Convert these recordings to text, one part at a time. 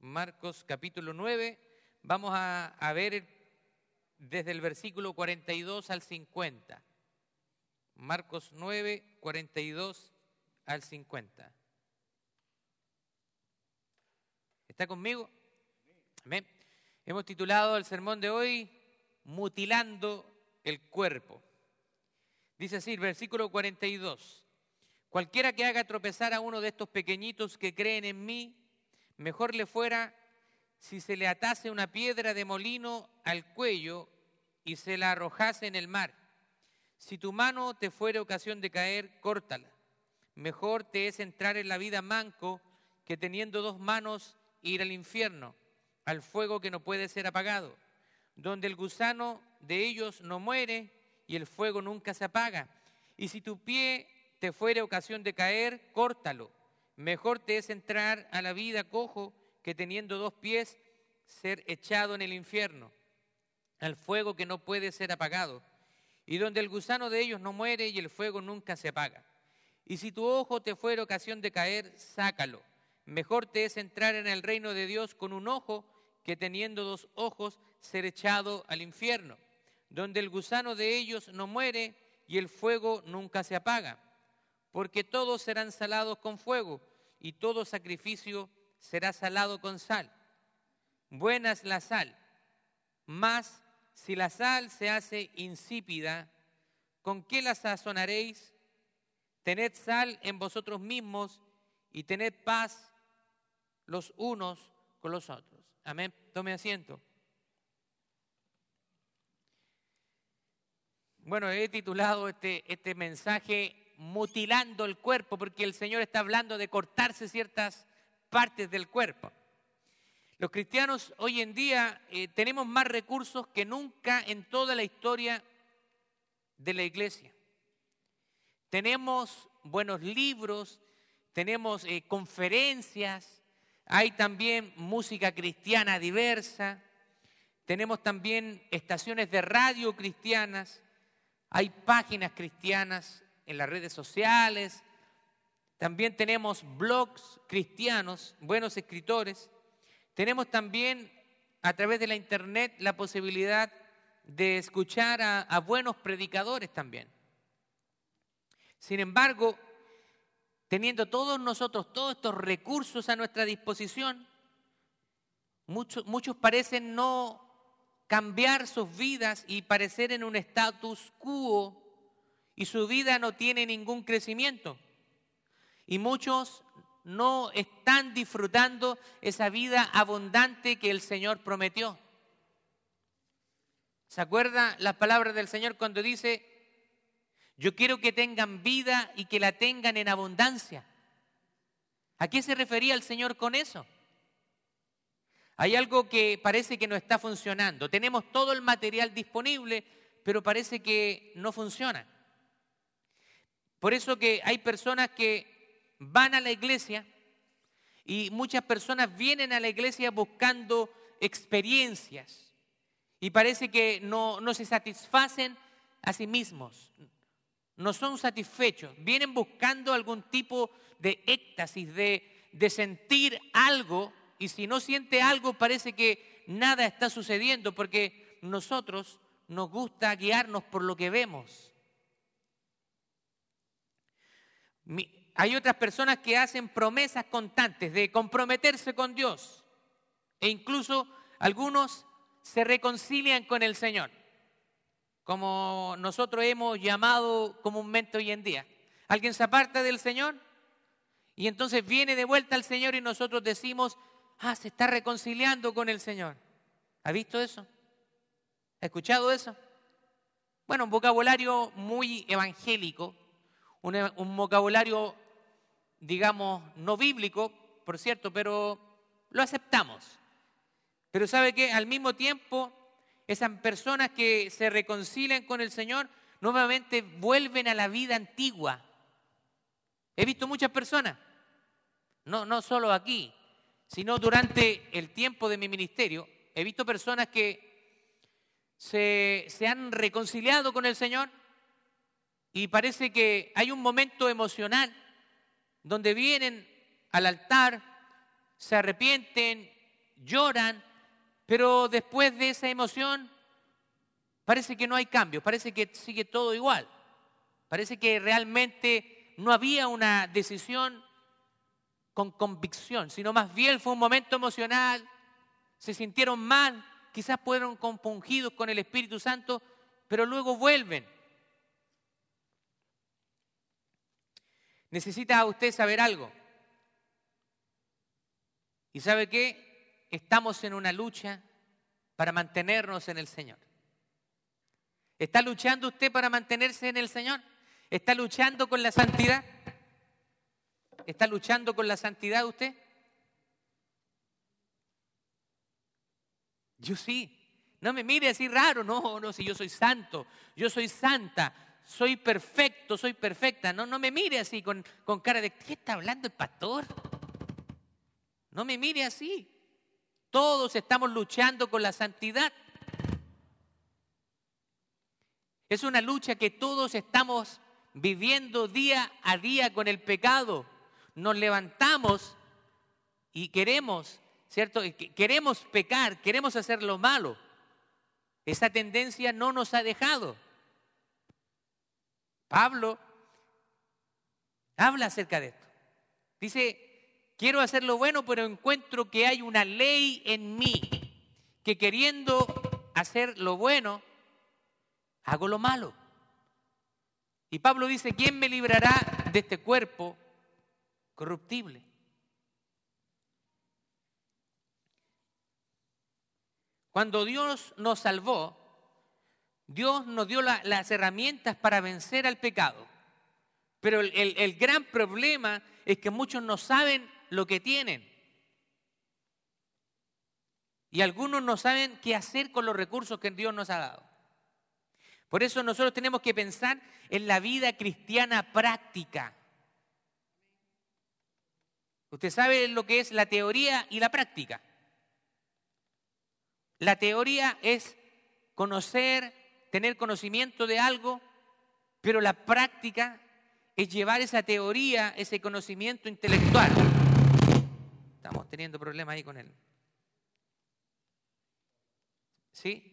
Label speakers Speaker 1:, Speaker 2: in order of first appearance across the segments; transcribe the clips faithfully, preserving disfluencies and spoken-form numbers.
Speaker 1: Marcos capítulo nueve, vamos a, a ver desde el versículo cuarenta y dos al cincuenta. Marcos nueve, cuarenta y dos al cincuenta. ¿Está conmigo? Amén. Hemos titulado el sermón de hoy, Mutilando el cuerpo. Dice así, el versículo cuarenta y dos. Cualquiera que haga tropezar a uno de estos pequeñitos que creen en mí, mejor le fuera si se le atase una piedra de molino al cuello y se la arrojase en el mar. Si tu mano te fuere ocasión de caer, córtala. Mejor te es entrar en la vida manco que teniendo dos manos ir al infierno, al fuego que no puede ser apagado, donde el gusano de ellos no muere y el fuego nunca se apaga. Y si tu pie te fuere ocasión de caer, córtalo. Mejor te es entrar a la vida cojo que teniendo dos pies ser echado en el infierno, al fuego que no puede ser apagado, y donde el gusano de ellos no muere y el fuego nunca se apaga. Y si tu ojo te fuere ocasión de caer, sácalo. Mejor te es entrar en el reino de Dios con un ojo que teniendo dos ojos ser echado al infierno, donde el gusano de ellos no muere y el fuego nunca se apaga. Porque todos serán salados con fuego y todo sacrificio será salado con sal. Buena es la sal, mas si la sal se hace insípida, ¿con qué la sazonaréis? Tened sal en vosotros mismos y tened paz los unos con los otros. Amén. Tome asiento. Bueno, he titulado este, este mensaje Mutilando el cuerpo, porque el Señor está hablando de cortarse ciertas partes del cuerpo. Los cristianos hoy en día eh, tenemos más recursos que nunca en toda la historia de la iglesia. Tenemos buenos libros, tenemos eh, conferencias, hay también música cristiana diversa, tenemos también estaciones de radio cristianas, hay páginas cristianas en las redes sociales, también tenemos blogs cristianos, buenos escritores, tenemos también a través de la internet la posibilidad de escuchar a, a buenos predicadores también. Sin embargo, teniendo todos nosotros todos estos recursos a nuestra disposición, muchos, muchos parecen no cambiar sus vidas y parecer en un status quo y su vida no tiene ningún crecimiento. Y muchos no están disfrutando esa vida abundante que el Señor prometió. ¿Se acuerda las palabras del Señor cuando dice: yo quiero que tengan vida y que la tengan en abundancia? ¿A qué se refería el Señor con eso? Hay algo que parece que no está funcionando. Tenemos todo el material disponible, pero parece que no funciona. Por eso que hay personas que van a la iglesia y muchas personas vienen a la iglesia buscando experiencias y parece que no, no se satisfacen a sí mismos. No son satisfechos, vienen buscando algún tipo de éxtasis, de, de sentir algo, y si no siente algo parece que nada está sucediendo, porque nosotros nos gusta guiarnos por lo que vemos. Mi, hay otras personas que hacen promesas constantes de comprometerse con Dios, e incluso algunos se reconcilian con el Señor, como nosotros hemos llamado comúnmente hoy en día. Alguien se aparta del Señor y entonces viene de vuelta al Señor y nosotros decimos: ah, se está reconciliando con el Señor. ¿Ha visto eso? ¿Ha escuchado eso? Bueno, un vocabulario muy evangélico, un, un vocabulario, digamos, no bíblico, por cierto, pero lo aceptamos. Pero ¿sabe qué? Al mismo tiempo, esas personas que se reconcilian con el Señor nuevamente vuelven a la vida antigua. He visto muchas personas, no, no solo aquí, sino durante el tiempo de mi ministerio, he visto personas que se, se han reconciliado con el Señor y parece que hay un momento emocional, donde vienen al altar, se arrepienten lloran, pero después de esa emoción parece que no hay cambio, parece que sigue todo igual. Parece que realmente no había una decisión con convicción, sino más bien fue un momento emocional, se sintieron mal, quizás fueron compungidos con el Espíritu Santo, pero luego vuelven. Necesita usted saber algo. ¿Y sabe qué? Estamos en una lucha para mantenernos en el Señor. ¿Está luchando usted para mantenerse en el Señor? ¿Está luchando con la santidad? ¿Está luchando con la santidad usted? Yo sí. No me mire así raro. No, no, si yo soy santo, yo soy santa, soy perfecto, soy perfecta. No, no me mire así con, con cara de ¿qué está hablando el pastor? No me mire así. Todos estamos luchando con la santidad. Es una lucha que todos estamos viviendo día a día con el pecado. Nos levantamos y queremos, ¿cierto? Queremos pecar, queremos hacer lo malo. Esa tendencia no nos ha dejado. Pablo habla acerca de esto. Dice, quiero hacer lo bueno, pero encuentro que hay una ley en mí, que queriendo hacer lo bueno, hago lo malo. Y Pablo dice, ¿quién me librará de este cuerpo corruptible? Cuando Dios nos salvó, Dios nos dio la, las herramientas para vencer al pecado. Pero el, el, el gran problema es que muchos no saben lo que tienen. Y algunos no saben qué hacer con los recursos que Dios nos ha dado. Por eso nosotros tenemos que pensar en la vida cristiana práctica. Usted sabe lo que es la teoría y la práctica. La teoría es conocer, tener conocimiento de algo, pero la práctica es llevar esa teoría, ese conocimiento intelectual. Estamos teniendo problemas ahí con él. ¿Sí?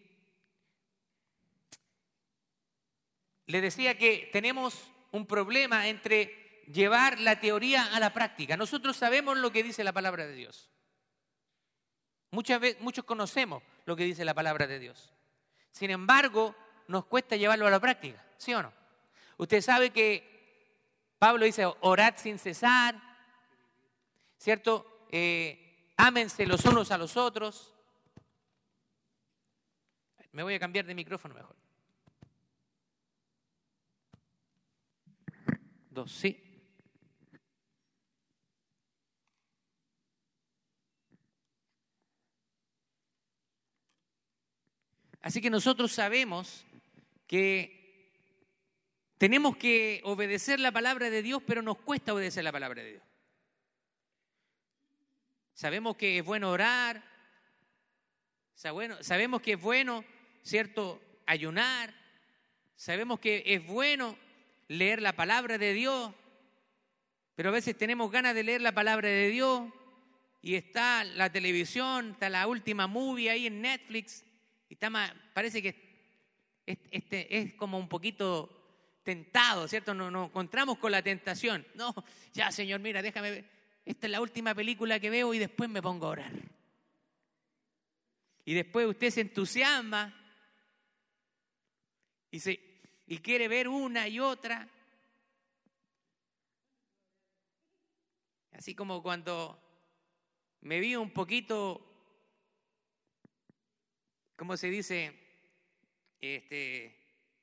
Speaker 1: Le decía que tenemos un problema entre llevar la teoría a la práctica. Nosotros sabemos lo que dice la palabra de Dios. Muchas veces, muchos conocemos lo que dice la palabra de Dios. Sin embargo, nos cuesta llevarlo a la práctica, ¿sí o no? Usted sabe que Pablo dice, orad sin cesar, ¿cierto? Eh, ámense los unos a los otros. Me voy a cambiar de micrófono mejor. Dos, sí. Así que nosotros sabemos que tenemos que obedecer la palabra de Dios, pero nos cuesta obedecer la palabra de Dios. Sabemos que es bueno orar, sabemos que es bueno, ¿cierto?, ayunar, sabemos que es bueno leer la palabra de Dios, pero a veces tenemos ganas de leer la palabra de Dios y está la televisión, está la última movie ahí en Netflix y está más, parece que este es como un poquito tentado, ¿cierto? Nos, nos encontramos con la tentación. No, ya Señor, mira, déjame ver, esta es la última película que veo y después me pongo a orar. Y después usted se entusiasma y se... y quiere ver una y otra. Así como cuando me vi un poquito, ¿cómo se dice? Este,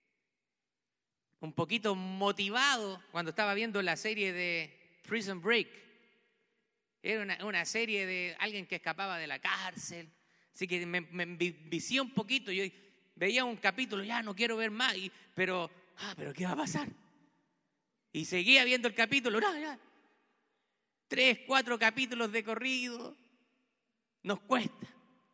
Speaker 1: un poquito motivado cuando estaba viendo la serie de Prison Break. Era una, una serie de alguien que escapaba de la cárcel. Así que me, me vicié un poquito. Yo veía un capítulo, ya no quiero ver más, y, pero, ah, pero ¿qué va a pasar? Y seguía viendo el capítulo, no, ya, tres, cuatro capítulos de corrido, nos cuesta.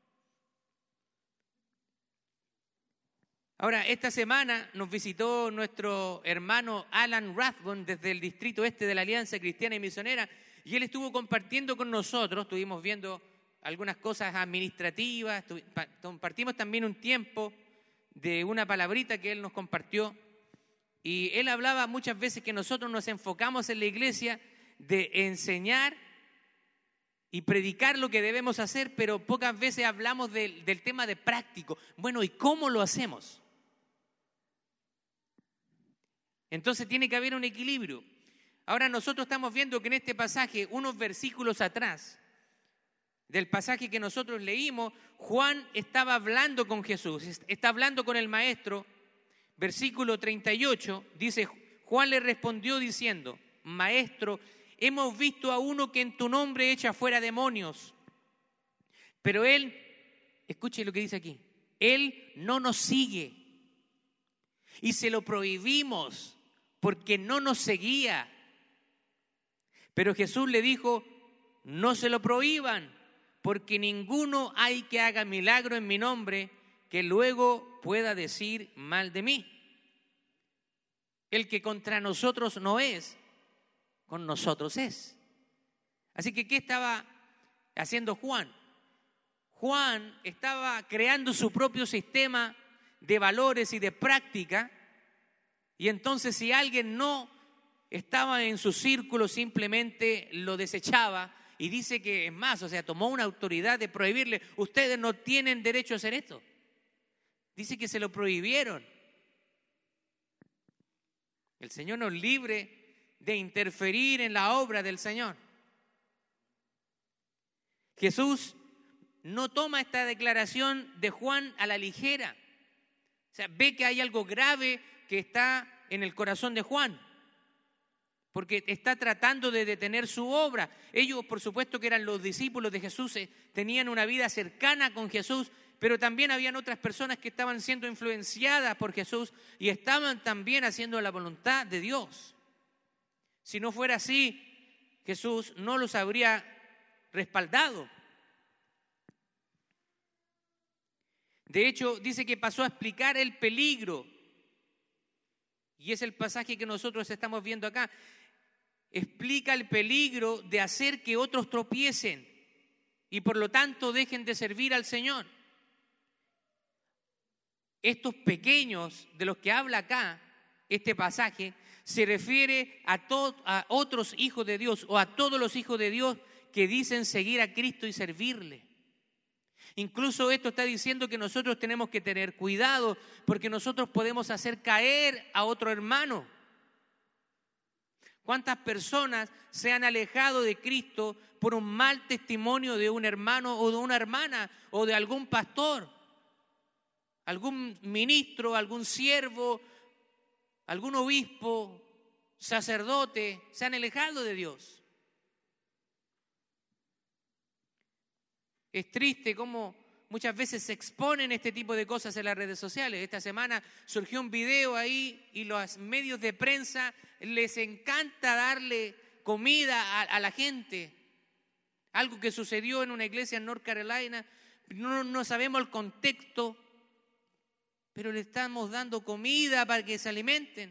Speaker 1: Ahora, esta semana nos visitó nuestro hermano Alan Rathbone desde el distrito este de la Alianza Cristiana y Misionera, y él estuvo compartiendo con nosotros, estuvimos viendo algunas cosas administrativas, compartimos también un tiempo de una palabrita que él nos compartió, y él hablaba muchas veces que nosotros nos enfocamos en la iglesia de enseñar y predicar lo que debemos hacer, pero pocas veces hablamos del, del tema de práctico. Bueno, ¿y cómo lo hacemos? Entonces tiene que haber un equilibrio. Ahora nosotros estamos viendo que en este pasaje, unos versículos atrás del pasaje que nosotros leímos, Juan estaba hablando con Jesús, está hablando con el maestro. Versículo treinta y ocho dice, Juan le respondió diciendo, Maestro, hemos visto a uno que en tu nombre echa fuera demonios. Pero él, escuche lo que dice aquí, él no nos sigue. Y se lo prohibimos porque no nos seguía. Pero Jesús le dijo, no se lo prohíban, porque ninguno hay que haga milagro en mi nombre que luego pueda decir mal de mí. El que contra nosotros no es, con nosotros es. Así que, ¿qué estaba haciendo Juan? Juan estaba creando su propio sistema de valores y de práctica, y entonces si alguien no estaba en su círculo, simplemente lo desechaba, y dice que es más, o sea, tomó una autoridad de prohibirle, ustedes no tienen derecho a hacer esto. Dice que se lo prohibieron. El Señor nos libre de interferir en la obra del Señor. Jesús no toma esta declaración de Juan a la ligera. O sea, ve que hay algo grave que está en el corazón de Juan, porque está tratando de detener su obra. Ellos, por supuesto, que eran los discípulos de Jesús, tenían una vida cercana con Jesús, pero también habían otras personas que estaban siendo influenciadas por Jesús y estaban también haciendo la voluntad de Dios. Si no fuera así, Jesús no los habría respaldado. De hecho, dice que pasó a explicar el peligro, y es el pasaje que nosotros estamos viendo acá. Explica el peligro de hacer que otros tropiecen y por lo tanto dejen de servir al Señor. Estos pequeños de los que habla acá, este pasaje, se refiere a, to- a otros hijos de Dios o a todos los hijos de Dios que dicen seguir a Cristo y servirle. Incluso esto está diciendo que nosotros tenemos que tener cuidado porque nosotros podemos hacer caer a otro hermano. ¿Cuántas personas se han alejado de Cristo por un mal testimonio de un hermano o de una hermana o de algún pastor, algún ministro, algún siervo, algún obispo, sacerdote? Se han alejado de Dios. Es triste cómo muchas veces se exponen este tipo de cosas en las redes sociales. Esta semana surgió un video ahí y los medios de prensa les encanta darle comida a, a la gente. Algo que sucedió en una iglesia en North Carolina, no, no sabemos el contexto, pero le estamos dando comida para que se alimenten.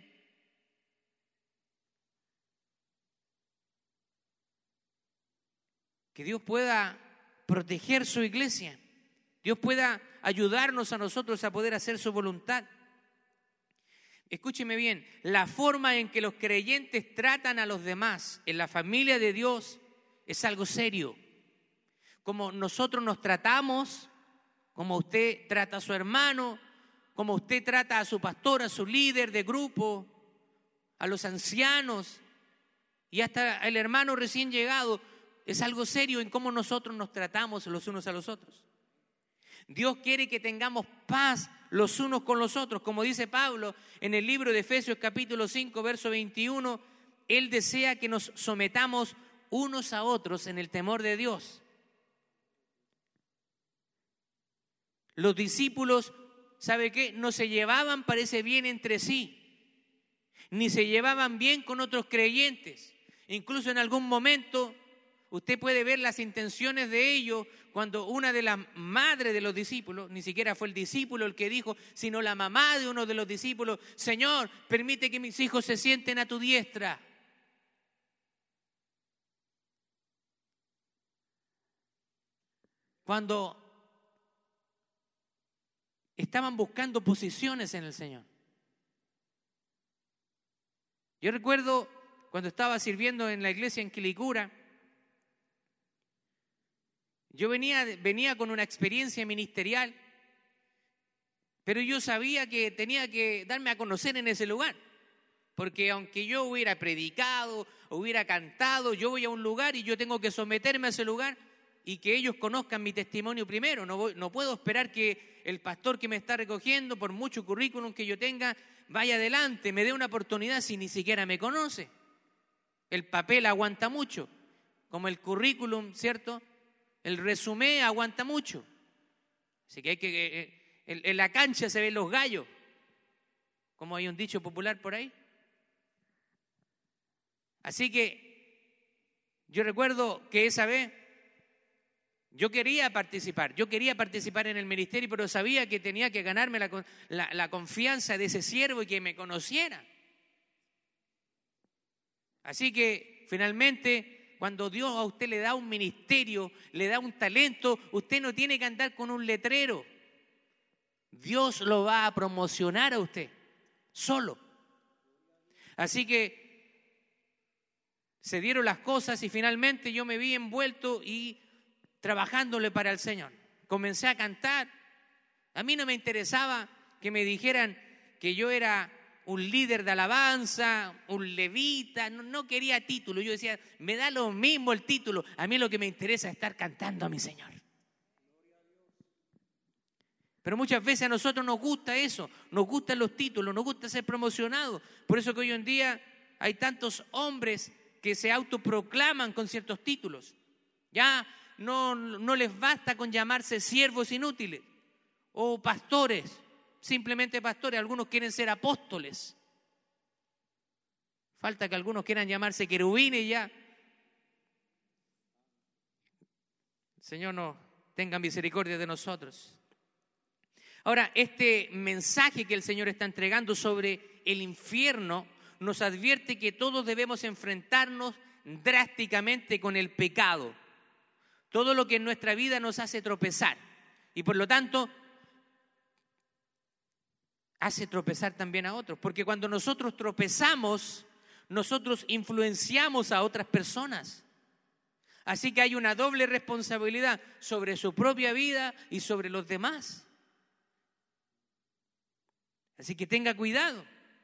Speaker 1: Que Dios pueda proteger su iglesia. Dios pueda ayudarnos a nosotros a poder hacer su voluntad. Escúcheme bien, la forma en que los creyentes tratan a los demás en la familia de Dios es algo serio. Como nosotros nos tratamos, como usted trata a su hermano, como usted trata a su pastor, a su líder de grupo, a los ancianos y hasta el hermano recién llegado, es algo serio en cómo nosotros nos tratamos los unos a los otros. Dios quiere que tengamos paz los unos con los otros. Como dice Pablo en el libro de Efesios capítulo cinco, verso veintiuno, Él desea que nos sometamos unos a otros en el temor de Dios. Los discípulos, ¿sabe qué? No se llevaban, parece bien, entre sí, ni se llevaban bien con otros creyentes. Incluso en algún momento usted puede ver las intenciones de ellos cuando una de las madres de los discípulos, ni siquiera fue el discípulo el que dijo, sino la mamá de uno de los discípulos: Señor, permite que mis hijos se sienten a tu diestra. cuando estaban buscando posiciones en el Señor. Yo recuerdo cuando estaba sirviendo en la iglesia en Quilicura, yo venía, venía con una experiencia ministerial, pero yo sabía que tenía que darme a conocer en ese lugar, porque aunque yo hubiera predicado, hubiera cantado, yo voy a un lugar y yo tengo que someterme a ese lugar y que ellos conozcan mi testimonio primero. No, voy, no puedo esperar que el pastor que me está recogiendo, por mucho currículum que yo tenga, vaya adelante, me dé una oportunidad si ni siquiera me conoce. El papel aguanta mucho, como el currículum, ¿cierto? El resumen aguanta mucho. Así que hay que... Eh, en, en la cancha se ven los gallos, como hay un dicho popular por ahí. Así que yo recuerdo que esa vez yo quería participar, yo quería participar en el ministerio, pero sabía que tenía que ganarme la, la, la confianza de ese siervo y que me conociera. Así que finalmente, cuando Dios a usted le da un ministerio, le da un talento, usted no tiene que andar con un letrero. Dios lo va a promocionar a usted, solo. Así que se dieron las cosas y finalmente yo me vi envuelto y trabajándole para el Señor. Comencé a cantar. A mí no me interesaba que me dijeran que yo era un líder de alabanza, un levita, no, no quería título. Yo decía, me da lo mismo el título. A mí lo que me interesa es estar cantando a mi Señor. Pero muchas veces a nosotros nos gusta eso, nos gustan los títulos, nos gusta ser promocionados. Por eso que hoy en día hay tantos hombres que se autoproclaman con ciertos títulos. Ya no, no les basta con llamarse siervos inútiles o pastores, simplemente pastores. Algunos quieren ser apóstoles. Falta que algunos quieran llamarse querubines ya. El Señor nos tenga misericordia de nosotros. Ahora, este mensaje que el Señor está entregando sobre el infierno nos advierte que todos debemos enfrentarnos drásticamente con el pecado. Todo lo que en nuestra vida nos hace tropezar. Y por lo tanto, hace tropezar también a otros. Porque cuando nosotros tropezamos, nosotros influenciamos a otras personas. Así que hay una doble responsabilidad sobre su propia vida y sobre los demás. Así que tenga cuidado.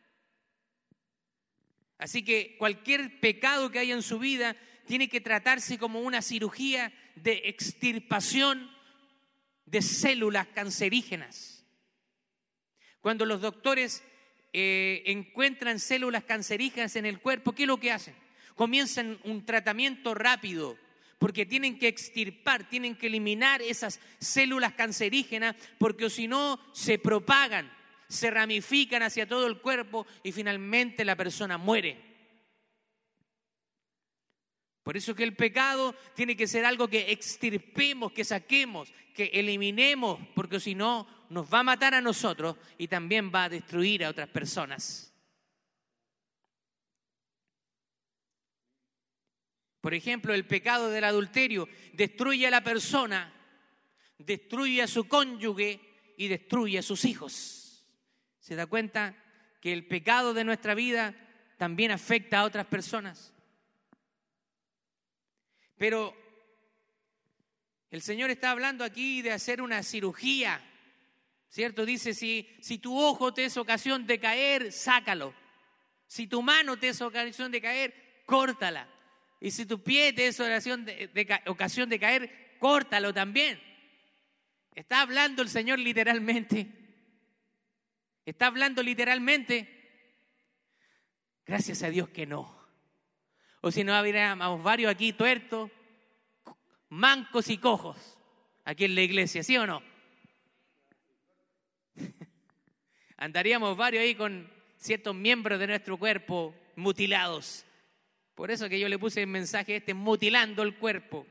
Speaker 1: Así que cualquier pecado que haya en su vida tiene que tratarse como una cirugía de extirpación de células cancerígenas. Cuando los doctores eh, encuentran células cancerígenas en el cuerpo, ¿qué es lo que hacen? Comienzan un tratamiento rápido porque tienen que extirpar, tienen que eliminar esas células cancerígenas porque si no se propagan, se ramifican hacia todo el cuerpo y finalmente la persona muere. Por eso que el pecado tiene que ser algo que extirpemos, que saquemos, que eliminemos, porque si no nos va a matar a nosotros y también va a destruir a otras personas. Por ejemplo, el pecado del adulterio destruye a la persona, destruye a su cónyuge y destruye a sus hijos. ¿Se da cuenta que el pecado de nuestra vida también afecta a otras personas? Pero el Señor está hablando aquí de hacer una cirugía, ¿cierto? Dice, si, si tu ojo te es ocasión de caer, sácalo. Si tu mano te es ocasión de caer, córtala. Y si tu pie te es ocasión de, de, ocasión de caer, córtalo también. Está hablando el Señor literalmente. ¿Está hablando literalmente? Gracias a Dios que no. O si no, habríamos varios aquí tuertos, mancos y cojos, aquí en la iglesia, ¿sí o no? Andaríamos varios ahí con ciertos miembros de nuestro cuerpo mutilados. Por eso que yo le puse el mensaje este, mutilando el cuerpo.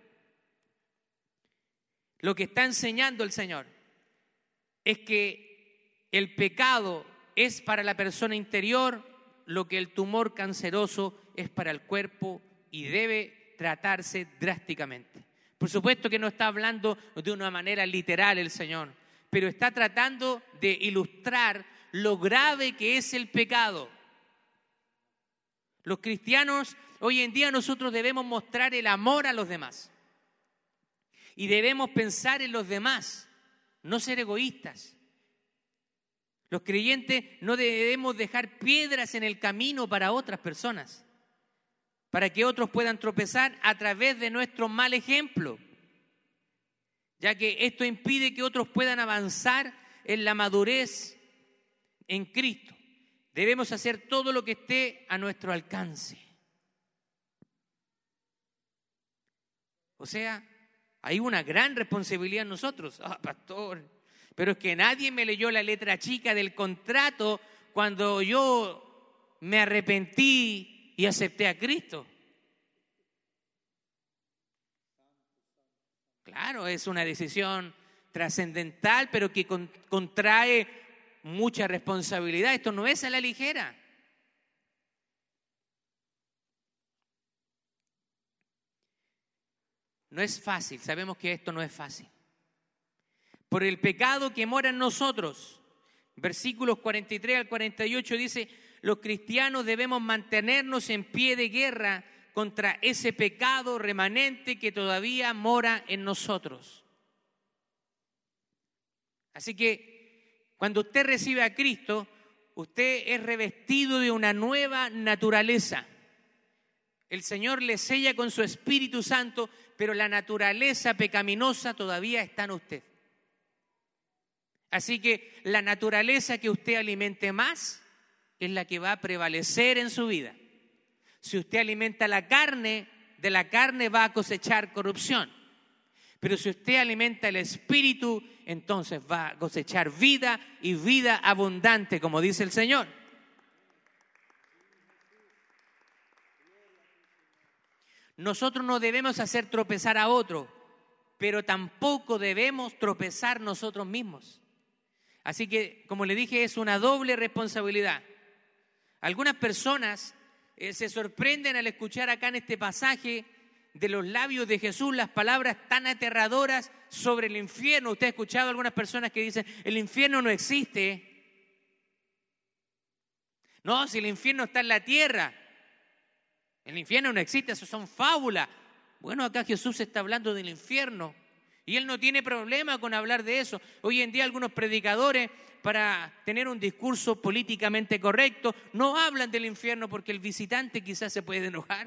Speaker 1: Lo que está enseñando el Señor es que el pecado es para la persona interior lo que el tumor canceroso es para el cuerpo y debe tratarse drásticamente. Por supuesto que no está hablando de una manera literal el Señor, pero está tratando de ilustrar lo grave que es el pecado. Los cristianos, hoy en día nosotros debemos mostrar el amor a los demás. Y debemos pensar en los demás, no ser egoístas. Los creyentes no debemos dejar piedras en el camino para otras personas, para que otros puedan tropezar a través de nuestro mal ejemplo, ya que esto impide que otros puedan avanzar en la madurez en Cristo. Debemos hacer todo lo que esté a nuestro alcance. O sea, hay una gran responsabilidad en nosotros. Ah, pastor, pero es que nadie me leyó la letra chica del contrato cuando yo me arrepentí y acepté a Cristo. Claro, es una decisión trascendental, pero que con, contrae mucha responsabilidad. Esto no es a la ligera. No es fácil, sabemos que esto no es fácil. Por el pecado que mora en nosotros, versículos cuarenta y tres al cuarenta y ocho dice, los cristianos debemos mantenernos en pie de guerra contra ese pecado remanente que todavía mora en nosotros. Así que cuando usted recibe a Cristo, usted es revestido de una nueva naturaleza. El Señor le sella con su Espíritu Santo, pero la naturaleza pecaminosa todavía está en usted. Así que la naturaleza que usted alimente más es la que va a prevalecer en su vida. Si usted alimenta la carne, de la carne va a cosechar corrupción. Pero si usted alimenta el Espíritu, entonces va a cosechar vida y vida abundante, como dice el Señor. Nosotros no debemos hacer tropezar a otro, pero tampoco debemos tropezar nosotros mismos. Así que, como le dije, es una doble responsabilidad. Algunas personas eh, se sorprenden al escuchar acá en este pasaje de los labios de Jesús las palabras tan aterradoras sobre el infierno. Usted ha escuchado a algunas personas que dicen, el infierno no existe. No, si el infierno está en la tierra. El infierno no existe, eso son fábulas. Bueno, acá Jesús está hablando del infierno y Él no tiene problema con hablar de eso. Hoy en día algunos predicadores, para tener un discurso políticamente correcto, no hablan del infierno porque el visitante quizás se puede enojar.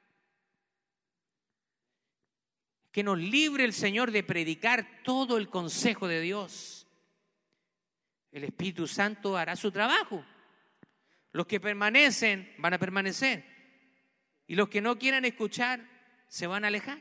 Speaker 1: Que nos libre el Señor de predicar todo el consejo de Dios. El Espíritu Santo hará su trabajo. Los que permanecen van a permanecer. Y los que no quieran escuchar se van a alejar.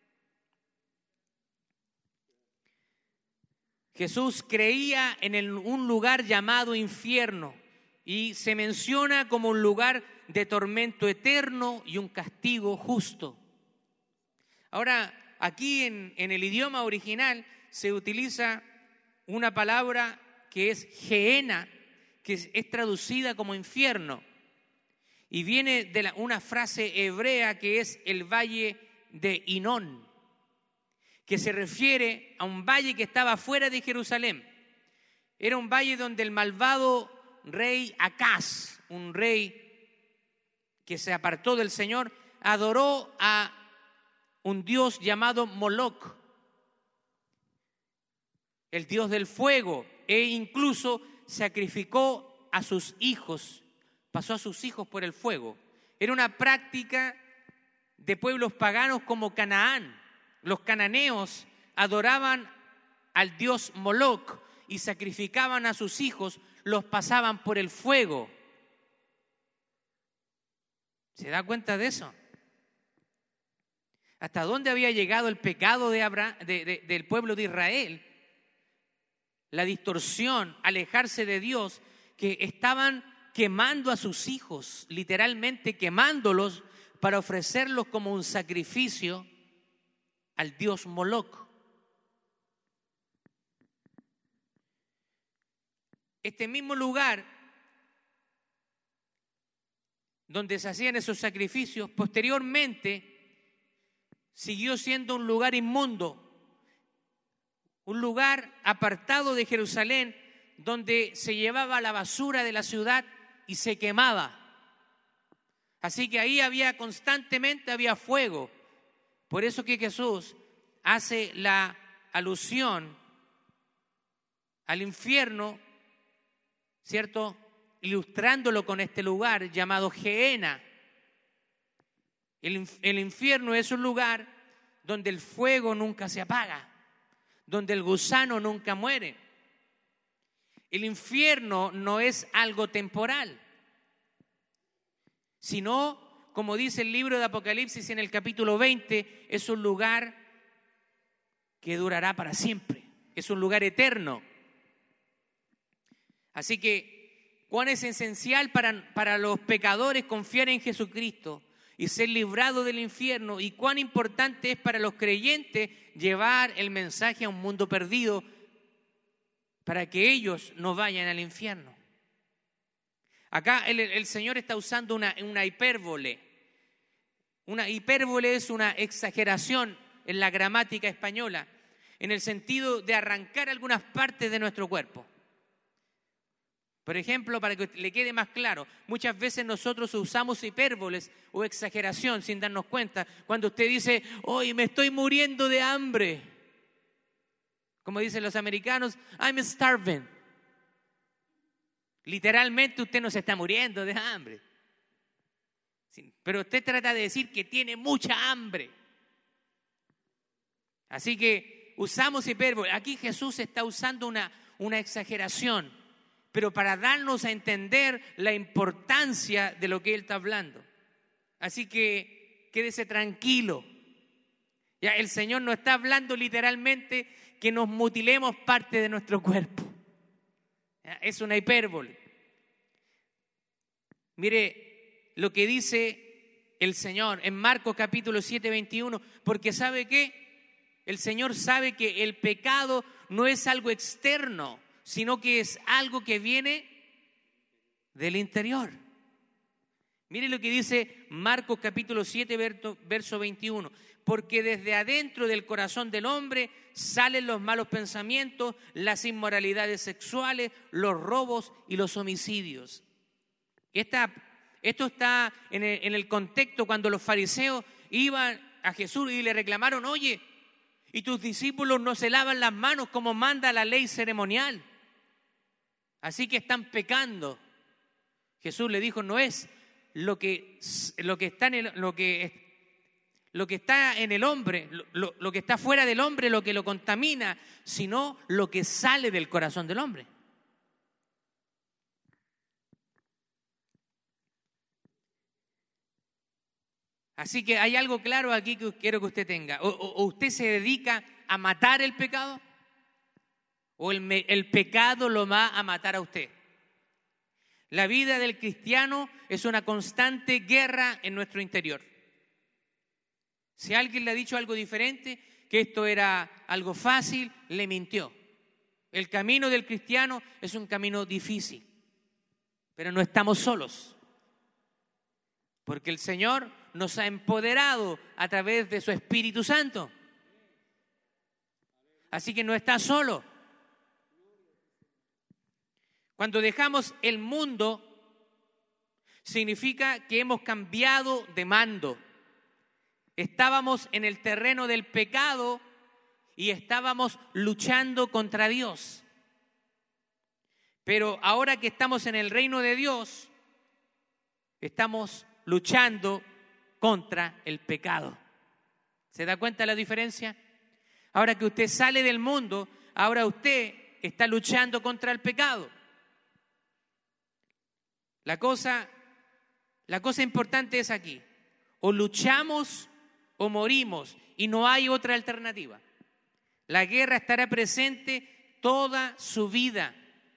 Speaker 1: Jesús creía en el, un lugar llamado infierno y se menciona como un lugar de tormento eterno y un castigo justo. Ahora, aquí en, en el idioma original se utiliza una palabra que es Gehenna, que es, es traducida como infierno. Y viene de la, una frase hebrea que es el valle de Hinón, que se refiere a un valle que estaba fuera de Jerusalén. Era un valle donde el malvado rey Acaz, un rey que se apartó del Señor, adoró a un dios llamado Moloc, el dios del fuego, e incluso sacrificó a sus hijos. Pasó a sus hijos por el fuego. Era una práctica de pueblos paganos como Canaán. Los cananeos adoraban al dios Moloc y sacrificaban a sus hijos, los pasaban por el fuego. ¿Se da cuenta de eso? ¿Hasta dónde había llegado el pecado de Abraham, de, de, del pueblo de Israel? La distorsión, alejarse de Dios, que estaban quemando a sus hijos, literalmente quemándolos para ofrecerlos como un sacrificio al dios Moloc. Este mismo lugar donde se hacían esos sacrificios, posteriormente siguió siendo un lugar inmundo, un lugar apartado de Jerusalén, donde se llevaba la basura de la ciudad y se quemaba. Así que ahí había constantemente había fuego. Por eso que Jesús hace la alusión al infierno, ¿cierto? Ilustrándolo con este lugar llamado Gehenna. El, el infierno es un lugar donde el fuego nunca se apaga, donde el gusano nunca muere. El infierno no es algo temporal, sino, como dice el libro de Apocalipsis en el capítulo veinte, es un lugar que durará para siempre, es un lugar eterno. Así que, ¿cuán es esencial para, para los pecadores confiar en Jesucristo y ser librados del infierno? Y cuán importante es para los creyentes llevar el mensaje a un mundo perdido para que ellos no vayan al infierno. Acá el, el Señor está usando una, una hipérbole. Una hipérbole es una exageración en la gramática española, en el sentido de arrancar algunas partes de nuestro cuerpo. Por ejemplo, para que le quede más claro, muchas veces nosotros usamos hipérboles o exageración sin darnos cuenta. Cuando usted dice, hoy me estoy muriendo de hambre, como dicen los americanos, I'm starving. Literalmente usted no se está muriendo de hambre, pero usted trata de decir que tiene mucha hambre. Así que usamos hipérbole. Aquí Jesús está usando una, una exageración, pero para darnos a entender la importancia de lo que Él está hablando. Así que quédese tranquilo. Ya, el Señor no está hablando literalmente que nos mutilemos parte de nuestro cuerpo. Ya, es una hipérbole. Mire lo que dice el Señor en Marcos capítulo siete, veintiuno, porque ¿sabe qué? El Señor sabe que el pecado no es algo externo, sino que es algo que viene del interior. Mire lo que dice Marcos capítulo siete, verso veintiuno. Porque desde adentro del corazón del hombre salen los malos pensamientos, las inmoralidades sexuales, los robos y los homicidios. Esta, esto está en el, en el contexto cuando los fariseos iban a Jesús y le reclamaron, oye, y tus discípulos no se lavan las manos como manda la ley ceremonial. Así que están pecando. Jesús le dijo, no es lo que, lo que, está, en el, lo que, lo que está en el hombre, lo, lo que está fuera del hombre lo que lo contamina, sino lo que sale del corazón del hombre. Así que hay algo claro aquí que quiero que usted tenga. O, o, o usted se dedica a matar el pecado, o el, el pecado lo va a matar a usted. La vida del cristiano es una constante guerra en nuestro interior. Si alguien le ha dicho algo diferente, que esto era algo fácil, le mintió. El camino del cristiano es un camino difícil, pero no estamos solos, porque el Señor nos ha empoderado a través de su Espíritu Santo. Así que no está solo. Cuando dejamos el mundo, significa que hemos cambiado de mando. Estábamos en el terreno del pecado y estábamos luchando contra Dios. Pero ahora que estamos en el reino de Dios, estamos luchando contra el pecado. ¿Se da cuenta de la diferencia? Ahora que usted sale del mundo, ahora usted está luchando contra el pecado. La cosa, la cosa importante es aquí. O luchamos o morimos y no hay otra alternativa. La guerra estará presente toda su vida.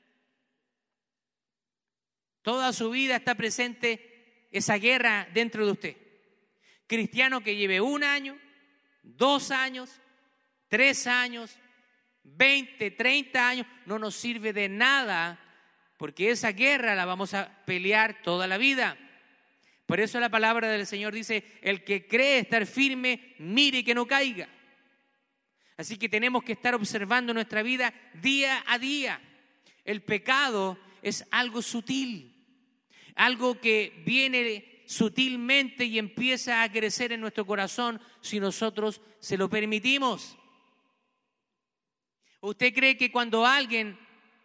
Speaker 1: Toda su vida está presente esa guerra dentro de usted. Cristiano que lleve un año, dos años, tres años, veinte, treinta años, no nos sirve de nada, porque esa guerra la vamos a pelear toda la vida. Por eso la palabra del Señor dice, el que cree estar firme, mire que no caiga. Así que tenemos que estar observando nuestra vida día a día. El pecado es algo sutil, algo que viene sutilmente y empieza a crecer en nuestro corazón si nosotros se lo permitimos. ¿Usted cree que cuando alguien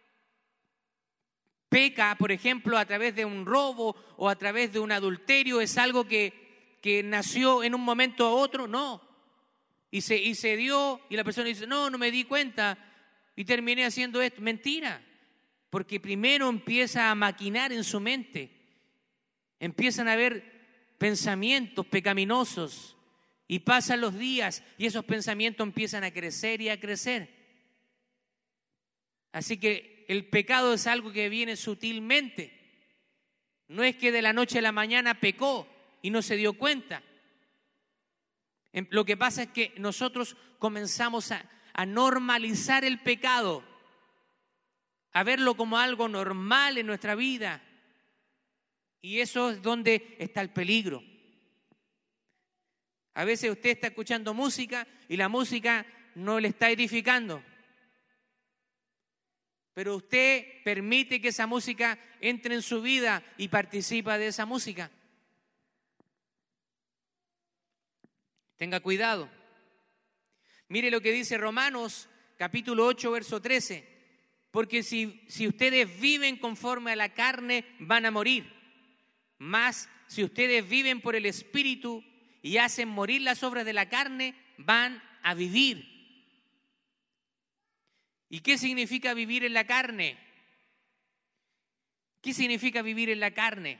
Speaker 1: peca, por ejemplo, a través de un robo o a través de un adulterio, es algo que, que nació en un momento a otro? No. Y se, y se dio y la persona dice, no, no me di cuenta y terminé haciendo esto. Mentira, porque primero empieza a maquinar en su mente. Empiezan a haber pensamientos pecaminosos y pasan los días y esos pensamientos empiezan a crecer y a crecer. Así que el pecado es algo que viene sutilmente. No es que de la noche a la mañana pecó y no se dio cuenta. Lo que pasa es que nosotros comenzamos a, a normalizar el pecado, a verlo como algo normal en nuestra vida. Y eso es donde está el peligro. A veces usted está escuchando música y la música no le está edificando. Pero usted permite que esa música entre en su vida y participa de esa música. Tenga cuidado. Mire lo que dice Romanos capítulo ocho, verso trece. Porque si, si ustedes viven conforme a la carne, van a morir. Mas si ustedes viven por el Espíritu y hacen morir las obras de la carne, van a vivir. ¿Y qué significa vivir en la carne? ¿Qué significa vivir en la carne?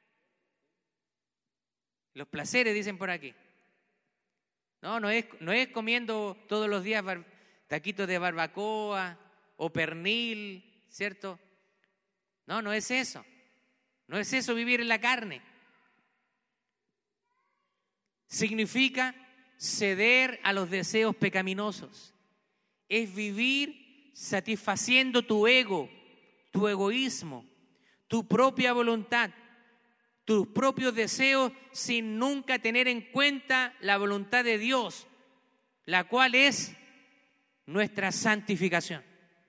Speaker 1: Los placeres, dicen por aquí. No, no es, no es comiendo todos los días bar, taquitos de barbacoa o pernil, ¿cierto? No, no es eso. No es eso vivir en la carne. Significa ceder a los deseos pecaminosos. Es vivir satisfaciendo tu ego, tu egoísmo, tu propia voluntad, tus propios deseos sin nunca tener en cuenta la voluntad de Dios, la cual es nuestra santificación.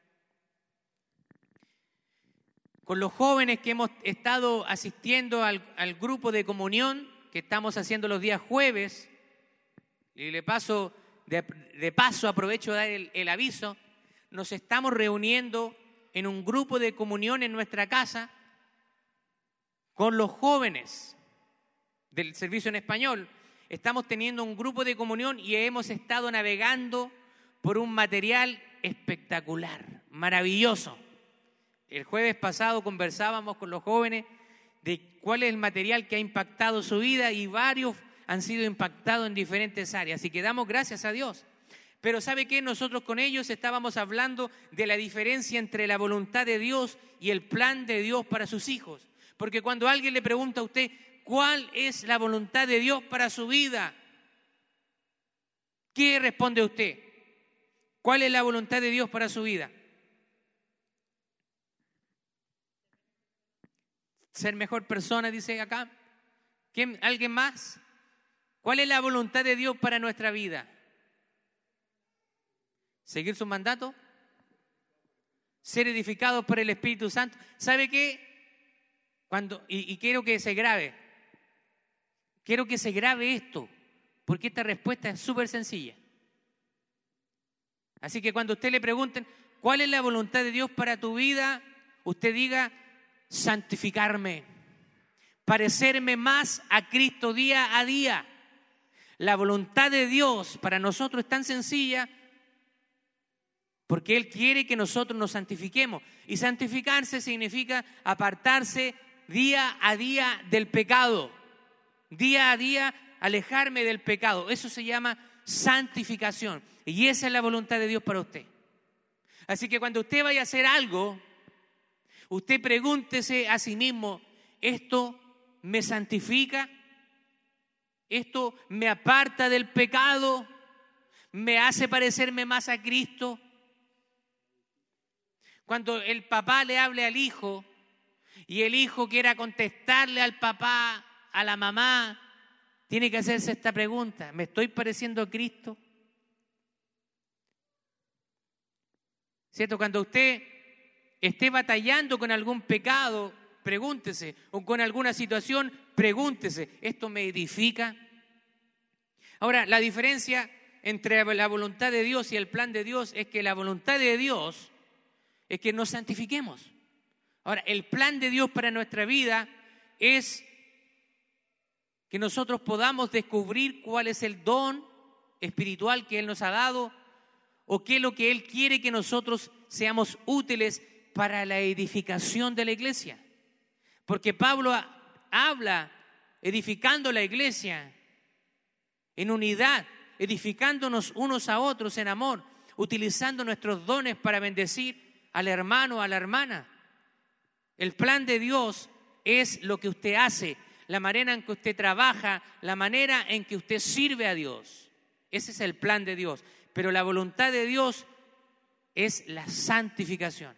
Speaker 1: Con los jóvenes que hemos estado asistiendo al, al grupo de comunión que estamos haciendo los días jueves, y le paso, de, de paso aprovecho de dar el, el aviso, nos estamos reuniendo en un grupo de comunión en nuestra casa con los jóvenes del servicio en español. Estamos teniendo un grupo de comunión y hemos estado navegando por un material espectacular, maravilloso. El jueves pasado conversábamos con los jóvenes de cuál es el material que ha impactado su vida y varios han sido impactados en diferentes áreas. Así que damos gracias a Dios. Pero ¿sabe qué? Nosotros con ellos estábamos hablando de la diferencia entre la voluntad de Dios y el plan de Dios para sus hijos. Porque cuando alguien le pregunta a usted, ¿cuál es la voluntad de Dios para su vida? ¿Qué responde usted? ¿Cuál es la voluntad de Dios para su vida? Ser mejor persona, dice acá. ¿Quién? ¿Alguien más? ¿Cuál es la voluntad de Dios para nuestra vida? ¿Seguir su mandato? ¿Ser edificados por el Espíritu Santo? ¿Sabe qué? Cuando, y, y quiero que se grabe. Quiero que se grabe esto, porque esta respuesta es súper sencilla. Así que cuando usted le pregunten, ¿cuál es la voluntad de Dios para tu vida? Usted diga, santificarme, parecerme más a Cristo día a día. La voluntad de Dios para nosotros es tan sencilla porque Él quiere que nosotros nos santifiquemos. Y santificarse significa apartarse día a día del pecado. Día a día alejarme del pecado. Eso se llama santificación. Y esa es la voluntad de Dios para usted. Así que cuando usted vaya a hacer algo, usted pregúntese a sí mismo, ¿esto me santifica? ¿Esto me aparta del pecado? ¿Me hace parecerme más a Cristo? Cuando el papá le hable al hijo y el hijo quiera contestarle al papá a la mamá tiene que hacerse esta pregunta: ¿me estoy pareciendo a Cristo? ¿Cierto? Cuando usted esté batallando con algún pecado, pregúntese, o con alguna situación, pregúntese, ¿esto me edifica? Ahora, la diferencia entre la voluntad de Dios y el plan de Dios es que la voluntad de Dios es que nos santifiquemos. Ahora, el plan de Dios para nuestra vida es que nosotros podamos descubrir cuál es el don espiritual que Él nos ha dado, o qué es lo que Él quiere que nosotros seamos útiles para la edificación de la iglesia. Porque Pablo habla edificando la iglesia en unidad, edificándonos unos a otros en amor, utilizando nuestros dones para bendecir al hermano, a la hermana. El plan de Dios es lo que usted hace, la manera en que usted trabaja, la manera en que usted sirve a Dios. Ese es el plan de Dios. Pero la voluntad de Dios es la santificación.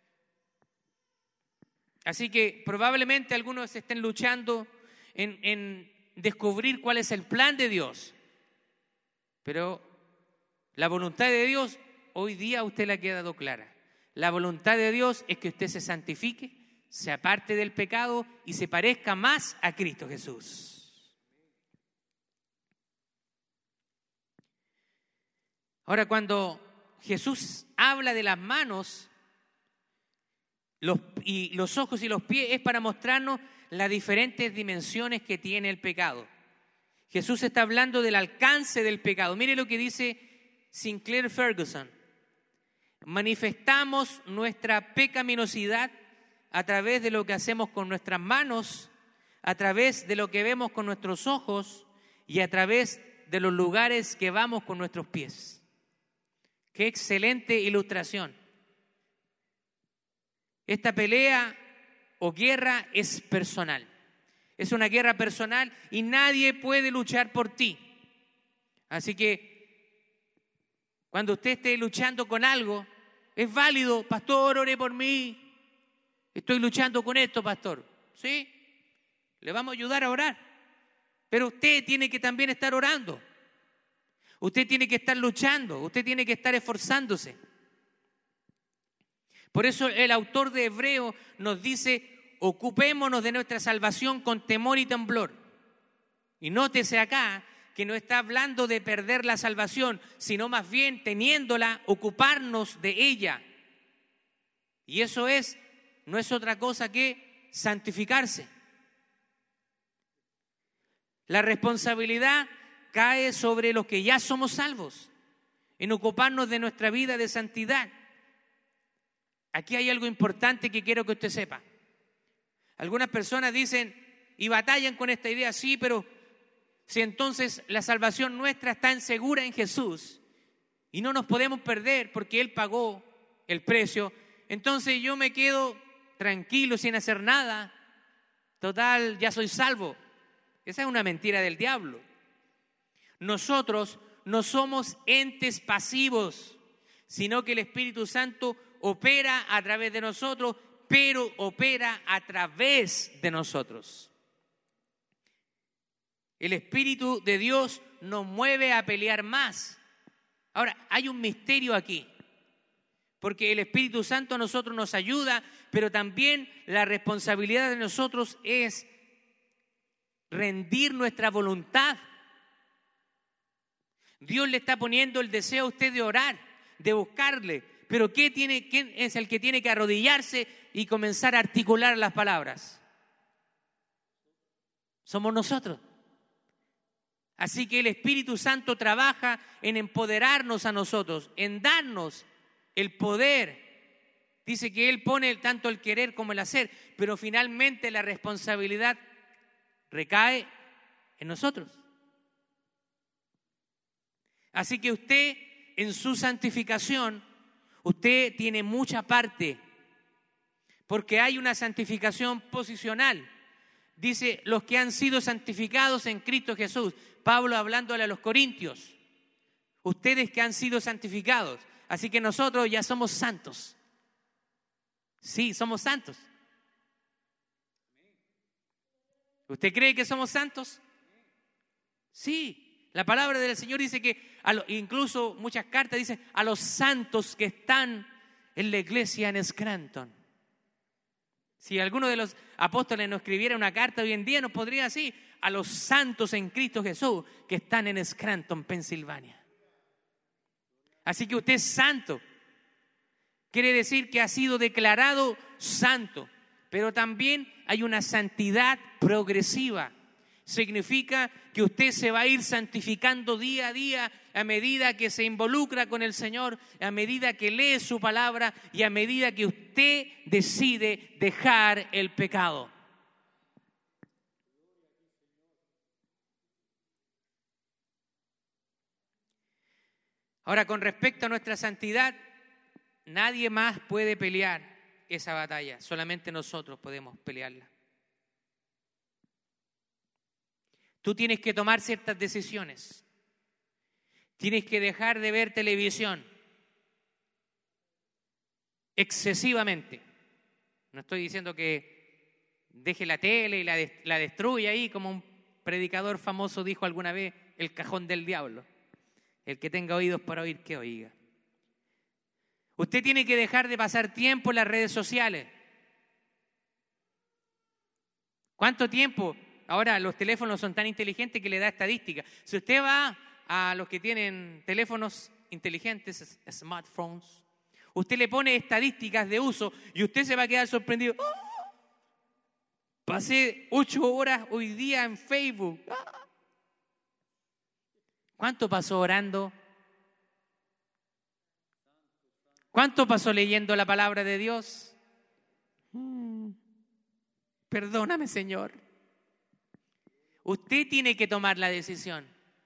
Speaker 1: Así que probablemente algunos estén luchando en, en descubrir cuál es el plan de Dios. Pero la voluntad de Dios hoy día a usted le ha quedado clara. La voluntad de Dios es que usted se santifique, se aparte del pecado y se parezca más a Cristo Jesús. Ahora, cuando Jesús habla de las manos los, y los ojos y los pies, es para mostrarnos las diferentes dimensiones que tiene el pecado. Jesús está hablando del alcance del pecado. Mire lo que dice Sinclair Ferguson: manifestamos nuestra pecaminosidad a través de lo que hacemos con nuestras manos, a través de lo que vemos con nuestros ojos y a través de los lugares que vamos con nuestros pies. ¡Qué excelente ilustración! Esta pelea o guerra es personal. Es una guerra personal y nadie puede luchar por ti. Así que cuando usted esté luchando con algo, es válido: pastor, ore por mí. Estoy luchando con esto, pastor. ¿Sí? Le vamos a ayudar a orar. Pero usted tiene que también estar orando. Usted tiene que estar luchando. Usted tiene que estar esforzándose. Por eso el autor de Hebreos nos dice: ocupémonos de nuestra salvación con temor y temblor. Y nótese acá que no está hablando de perder la salvación, sino más bien teniéndola, ocuparnos de ella. Y eso es, no es otra cosa que santificarse. La responsabilidad cae sobre los que ya somos salvos, en ocuparnos de nuestra vida de santidad. Aquí hay algo importante que quiero que usted sepa. Algunas personas dicen y batallan con esta idea: sí, pero si entonces la salvación nuestra está segura en Jesús y no nos podemos perder porque Él pagó el precio, entonces yo me quedo tranquilo sin hacer nada, total, ya soy salvo. Esa es una mentira del diablo. Nosotros no somos entes pasivos, sino que el Espíritu Santo opera a través de nosotros, pero opera a través de nosotros. El Espíritu de Dios nos mueve a pelear más. Ahora, hay un misterio aquí, porque el Espíritu Santo a nosotros nos ayuda, pero también la responsabilidad de nosotros es rendir nuestra voluntad. Dios le está poniendo el deseo a usted de orar, de buscarle, pero ¿qué tiene, ¿quién es el que tiene que arrodillarse y comenzar a articular las palabras? Somos nosotros. Así que el Espíritu Santo trabaja en empoderarnos a nosotros, en darnos el poder. Dice que Él pone tanto el querer como el hacer, pero finalmente la responsabilidad recae en nosotros. Así que usted, en su santificación, usted tiene mucha parte, porque hay una santificación posicional. Dice, los que han sido santificados en Cristo Jesús. Pablo hablándole a los corintios. Ustedes que han sido santificados. Así que nosotros ya somos santos. Sí, somos santos. ¿Usted cree que somos santos? Sí. La palabra del Señor dice que, a lo, incluso muchas cartas dicen, a los santos que están en la iglesia en Scranton. Si alguno de los apóstoles nos escribiera una carta hoy en día, nos podría decir, a los santos en Cristo Jesús que están en Scranton, Pensilvania. Así que usted es santo. Quiere decir que ha sido declarado santo, pero también hay una santidad progresiva. Significa que usted se va a ir santificando día a día a medida que se involucra con el Señor, a medida que lee su palabra y a medida que usted decide dejar el pecado. Ahora, con respecto a nuestra santidad, nadie más puede pelear esa batalla, solamente nosotros podemos pelearla. Tú tienes que tomar ciertas decisiones. Tienes que dejar de ver televisión excesivamente. No estoy diciendo que deje la tele y la, de, la destruya ahí, como un predicador famoso dijo alguna vez, el cajón del diablo. El que tenga oídos para oír, que oiga. Usted tiene que dejar de pasar tiempo en las redes sociales. ¿Cuánto tiempo? Ahora los teléfonos son tan inteligentes que le da estadística. Si usted va a los que tienen teléfonos inteligentes, smartphones, usted le pone estadísticas de uso y usted se va a quedar sorprendido. ¡Oh! Pasé ocho horas hoy día en Facebook. ¡Oh! ¿Cuánto pasó orando? ¿Cuánto pasó leyendo la palabra de Dios? Hmm. Perdóname, Señor. Usted tiene que tomar la decisión.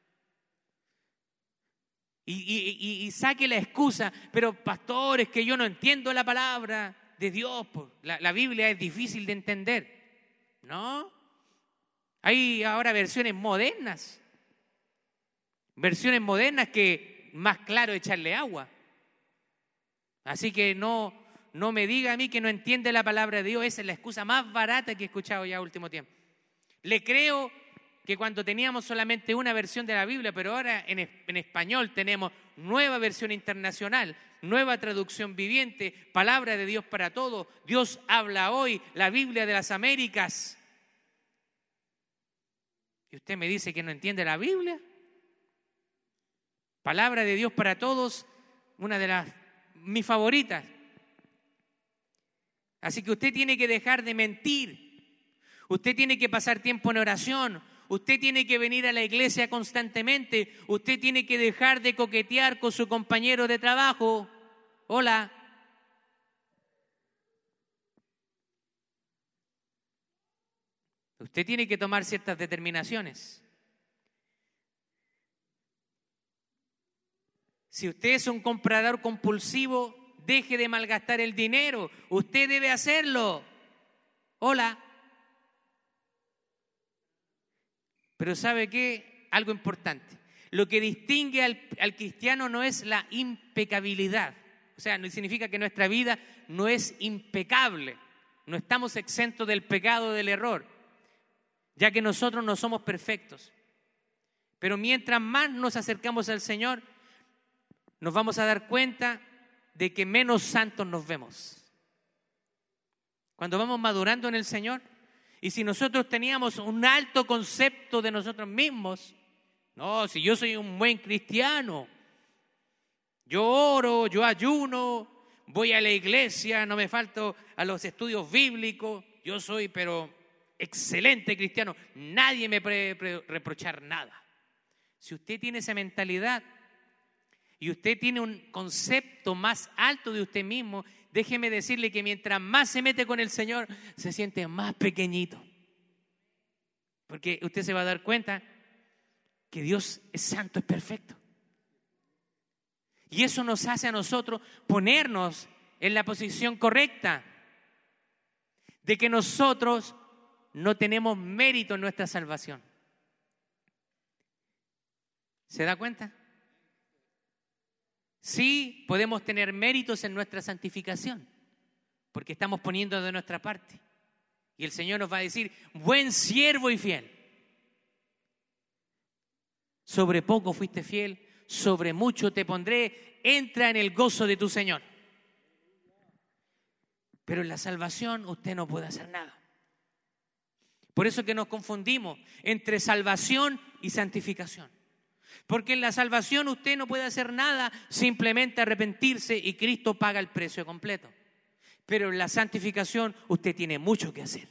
Speaker 1: Y, y, y, y saque la excusa, pero pastor, es que yo no entiendo la palabra de Dios. La, la Biblia es difícil de entender. ¿No? Hay ahora versiones modernas. Versiones modernas que más claro echarle agua. Así que no, no me diga a mí que no entiende la palabra de Dios. Esa es la excusa más barata que he escuchado ya último tiempo. Le creo que cuando teníamos solamente una versión de la Biblia, pero ahora en, en español tenemos nueva versión internacional, nueva traducción viviente, palabra de Dios para todos. Dios habla hoy, la Biblia de las Américas. ¿Y usted me dice que no entiende la Biblia? Palabra de Dios para todos, una de las mis favoritas. Así que usted tiene que dejar de mentir. Usted tiene que pasar tiempo en oración. Usted tiene que venir a la iglesia constantemente. Usted tiene que dejar de coquetear con su compañero de trabajo. Hola. Usted tiene que tomar ciertas determinaciones. Si usted es un comprador compulsivo, deje de malgastar el dinero. Usted debe hacerlo. Hola. Pero ¿sabe qué? Algo importante. Lo que distingue al, al cristiano no es la impecabilidad. O sea, no significa que nuestra vida no es impecable. No estamos exentos del pecado, del error, ya que nosotros no somos perfectos. Pero mientras más nos acercamos al Señor, nos vamos a dar cuenta de que menos santos nos vemos. Cuando vamos madurando en el Señor, y si nosotros teníamos un alto concepto de nosotros mismos, no, si yo soy un buen cristiano, yo oro, yo ayuno, voy a la iglesia, no me falto a los estudios bíblicos, yo soy pero excelente cristiano, nadie me puede reprochar nada. Si usted tiene esa mentalidad y usted tiene un concepto más alto de usted mismo, déjeme decirle que mientras más se mete con el Señor, se siente más pequeñito. Porque usted se va a dar cuenta que Dios es santo, es perfecto. Y eso nos hace a nosotros ponernos en la posición correcta de que nosotros no tenemos mérito en nuestra salvación. ¿Se da cuenta? Sí, podemos tener méritos en nuestra santificación, porque estamos poniendo de nuestra parte. Y el Señor nos va a decir, buen siervo y fiel. Sobre poco fuiste fiel, sobre mucho te pondré, entra en el gozo de tu Señor. Pero en la salvación usted no puede hacer nada. Por eso que nos confundimos entre salvación y santificación. Porque en la salvación usted no puede hacer nada, simplemente arrepentirse y Cristo paga el precio completo. Pero en la santificación usted tiene mucho que hacer.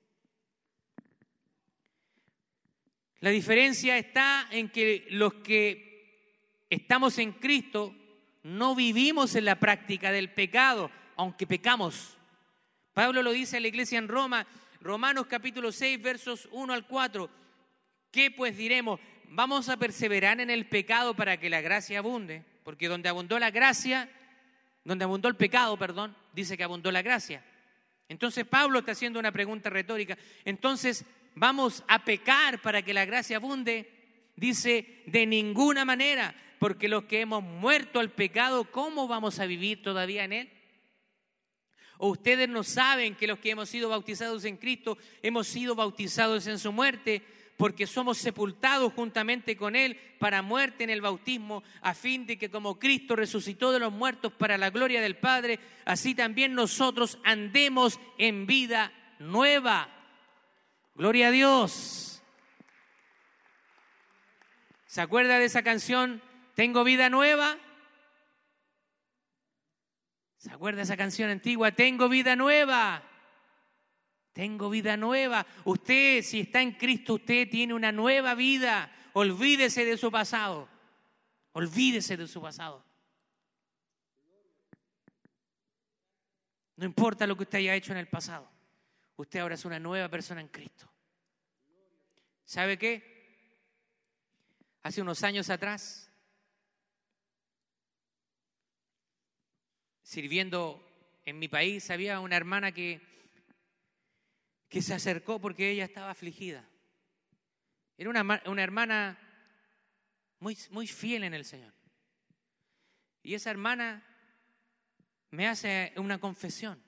Speaker 1: La diferencia está en que los que estamos en Cristo no vivimos en la práctica del pecado, aunque pecamos. Pablo lo dice a la iglesia en Roma, Romanos capítulo seis, versos uno al cuatro. ¿Qué pues diremos? ¿Vamos a perseverar en el pecado para que la gracia abunde? Porque donde abundó la gracia, donde abundó el pecado, perdón, dice que abundó la gracia. Entonces Pablo está haciendo una pregunta retórica. Entonces, ¿vamos a pecar para que la gracia abunde? Dice, de ninguna manera, porque los que hemos muerto al pecado, ¿cómo vamos a vivir todavía en él? ¿O ustedes no saben que los que hemos sido bautizados en Cristo, hemos sido bautizados en su muerte? Porque somos sepultados juntamente con Él para muerte en el bautismo, a fin de que como Cristo resucitó de los muertos para la gloria del Padre, así también nosotros andemos en vida nueva. Gloria a Dios. ¿Se acuerda de esa canción, Tengo vida nueva? ¿Se acuerda de esa canción antigua, Tengo vida nueva? Tengo vida nueva. Usted, si está en Cristo, usted tiene una nueva vida. Olvídese de su pasado. Olvídese de su pasado. No importa lo que usted haya hecho en el pasado. Usted ahora es una nueva persona en Cristo. ¿Sabe qué? Hace unos años atrás, sirviendo en mi país, había una hermana que que se acercó porque ella estaba afligida. Era una, una hermana muy, muy fiel en el Señor. Y esa hermana me hace una confesión.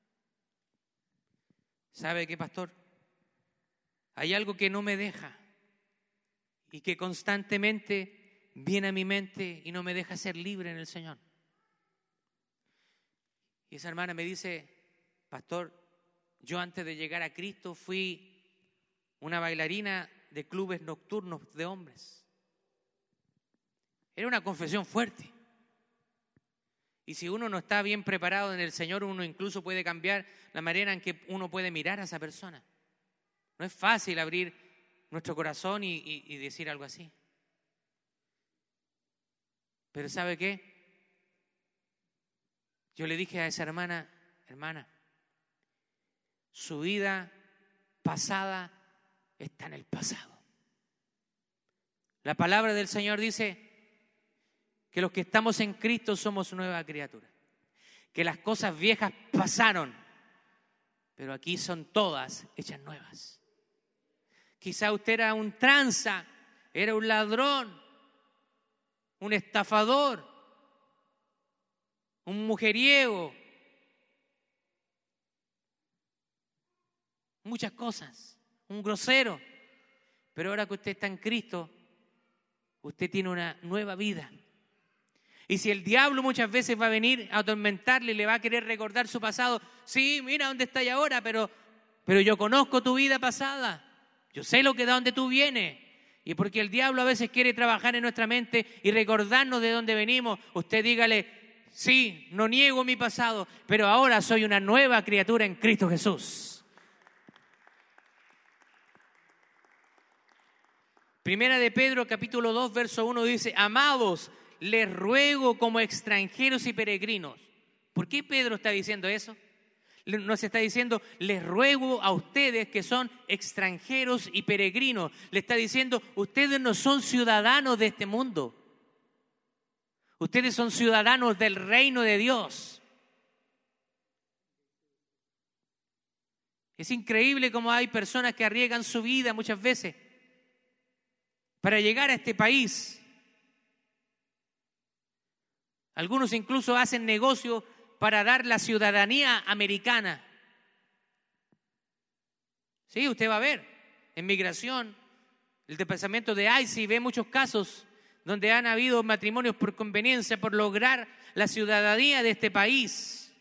Speaker 1: ¿Sabe qué, pastor? Hay algo que no me deja y que constantemente viene a mi mente y no me deja ser libre en el Señor. Y esa hermana me dice, pastor, yo antes de llegar a Cristo fui una bailarina de clubes nocturnos de hombres. Era una confesión fuerte. Y si uno no está bien preparado en el Señor, uno incluso puede cambiar la manera en que uno puede mirar a esa persona. No es fácil abrir nuestro corazón y, y, y decir algo así. Pero ¿sabe qué? Yo le dije a esa hermana, hermana, su vida pasada está en el pasado. La palabra del Señor dice que los que estamos en Cristo somos nueva criatura. Que las cosas viejas pasaron, pero aquí son todas hechas nuevas. Quizá usted era un tranza, era un ladrón, un estafador, un mujeriego, muchas cosas, un grosero, pero ahora que usted está en Cristo, usted tiene una nueva vida. Y si el diablo muchas veces va a venir a atormentarle y le va a querer recordar su pasado, sí, mira dónde está ahora, ahora, pero, pero yo conozco tu vida pasada, yo sé lo que de dónde tú vienes. Y porque el diablo a veces quiere trabajar en nuestra mente y recordarnos de dónde venimos, usted dígale, sí, no niego mi pasado, pero ahora soy una nueva criatura en Cristo Jesús. Primera de Pedro, capítulo dos, verso uno dice, amados, les ruego como extranjeros y peregrinos. ¿Por qué Pedro está diciendo eso? Nos está diciendo, les ruego a ustedes que son extranjeros y peregrinos. Le está diciendo, ustedes no son ciudadanos de este mundo. Ustedes son ciudadanos del reino de Dios. Es increíble cómo hay personas que arriesgan su vida muchas veces para llegar a este país. Algunos incluso hacen negocio para dar la ciudadanía americana. Sí, usted va a ver en migración, el departamento de I C E ve muchos casos donde han habido matrimonios por conveniencia, por lograr la ciudadanía de este país.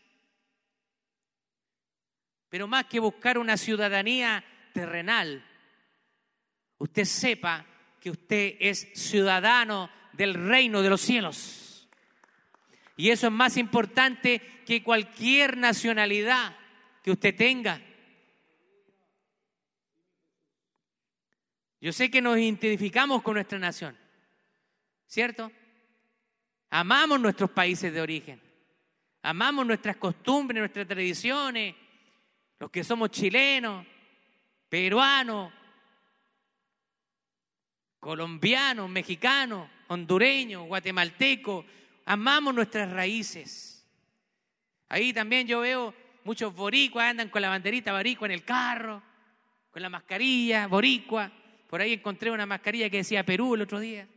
Speaker 1: Pero más que buscar una ciudadanía terrenal, usted sepa que usted es ciudadano del reino de los cielos. Y eso es más importante que cualquier nacionalidad que usted tenga. Yo sé que nos identificamos con nuestra nación, ¿cierto? Amamos nuestros países de origen, amamos nuestras costumbres, nuestras tradiciones, los que somos chilenos, peruanos, colombianos, mexicanos, hondureños, guatemaltecos, amamos nuestras raíces. Ahí también yo veo muchos boricuas, andan con la banderita boricua en el carro, con la mascarilla boricua. Por ahí encontré una mascarilla que decía Perú el otro día.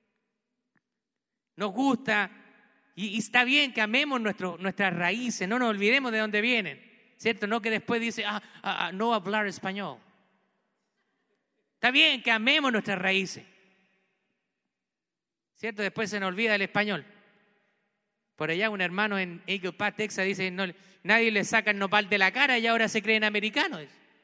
Speaker 1: Nos gusta y, y está bien que amemos nuestro, nuestras raíces, no nos olvidemos de dónde vienen, ¿cierto? No que después dice, ah, ah, no hablar español. Está bien que amemos nuestras raíces, ¿cierto? Después se nos olvida el español. Por allá un hermano en Eagle Pass, Texas, dice, no, nadie le saca el nopal de la cara y ahora se creen americanos.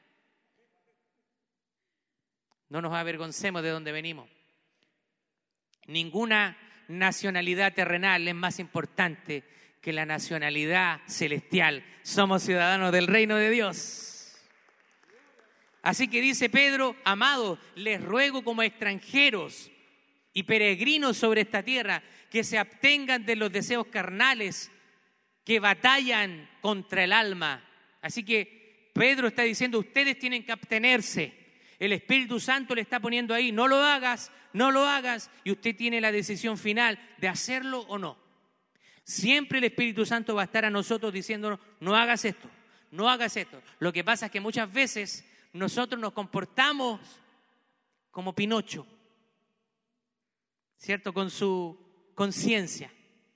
Speaker 1: No nos avergoncemos de dónde venimos. Ninguna nacionalidad terrenal es más importante que la nacionalidad celestial. Somos ciudadanos del reino de Dios. Así que dice Pedro, amados, les ruego como extranjeros y peregrinos sobre esta tierra que se abstengan de los deseos carnales que batallan contra el alma. Así que Pedro está diciendo, ustedes tienen que abstenerse. El Espíritu Santo le está poniendo ahí, no lo hagas, no lo hagas, y usted tiene la decisión final de hacerlo o no. Siempre el Espíritu Santo va a estar a nosotros diciéndonos, no hagas esto, no hagas esto. Lo que pasa es que muchas veces nosotros nos comportamos como Pinocho, ¿cierto? Con su conciencia,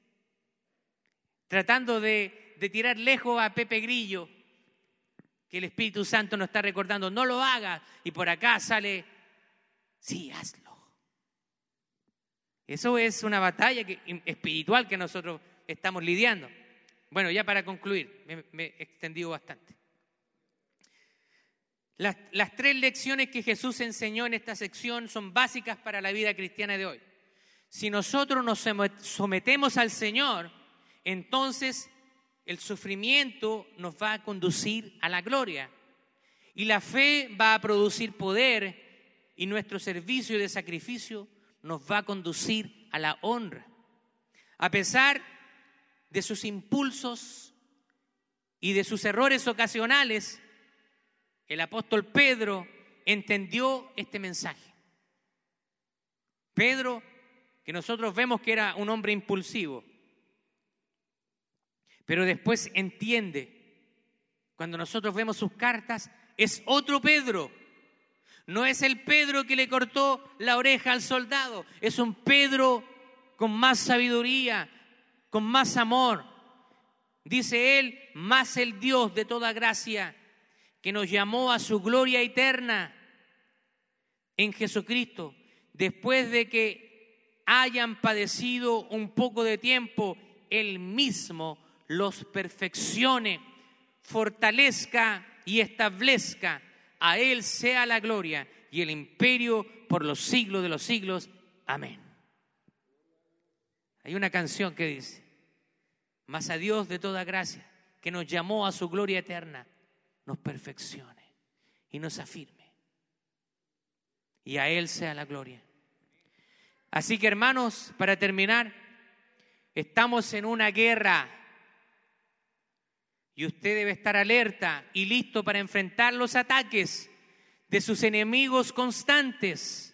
Speaker 1: tratando de, de tirar lejos a Pepe Grillo, que el Espíritu Santo nos está recordando, no lo hagas, y por acá sale, sí, hazlo. Eso es una batalla que, espiritual que nosotros estamos lidiando. Bueno, ya para concluir, me, me he extendido bastante. Las, las tres lecciones que Jesús enseñó en esta sección son básicas para la vida cristiana de hoy. Si nosotros nos sometemos al Señor, entonces el sufrimiento nos va a conducir a la gloria y la fe va a producir poder y nuestro servicio de sacrificio nos va a conducir a la honra. A pesar de sus impulsos y de sus errores ocasionales, el apóstol Pedro entendió este mensaje. Pedro, que nosotros vemos que era un hombre impulsivo, pero después entiende, cuando nosotros vemos sus cartas, es otro Pedro. No es el Pedro que le cortó la oreja al soldado, es un Pedro con más sabiduría, con más amor. Dice él, más el Dios de toda gracia, que nos llamó a su gloria eterna en Jesucristo, después de que hayan padecido un poco de tiempo, Él mismo los perfeccione, fortalezca y establezca. A Él sea la gloria y el imperio por los siglos de los siglos. Amén. Hay una canción que dice, mas a Dios de toda gracia, que nos llamó a su gloria eterna, nos perfeccione y nos afirme. Y a Él sea la gloria. Así que, hermanos, para terminar, estamos en una guerra. Y usted debe estar alerta y listo para enfrentar los ataques de sus enemigos constantes.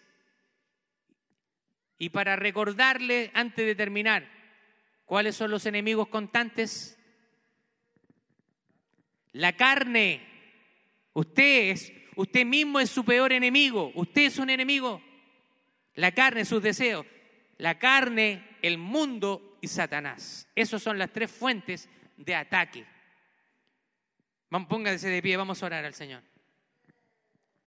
Speaker 1: Y para recordarle, antes de terminar, ¿cuáles son los enemigos constantes? La carne. Usted es, usted mismo es su peor enemigo. Usted es un enemigo. La carne, sus deseos. La carne, el mundo y Satanás. Esas son las tres fuentes de ataque. Póngase de pie, vamos a orar al Señor.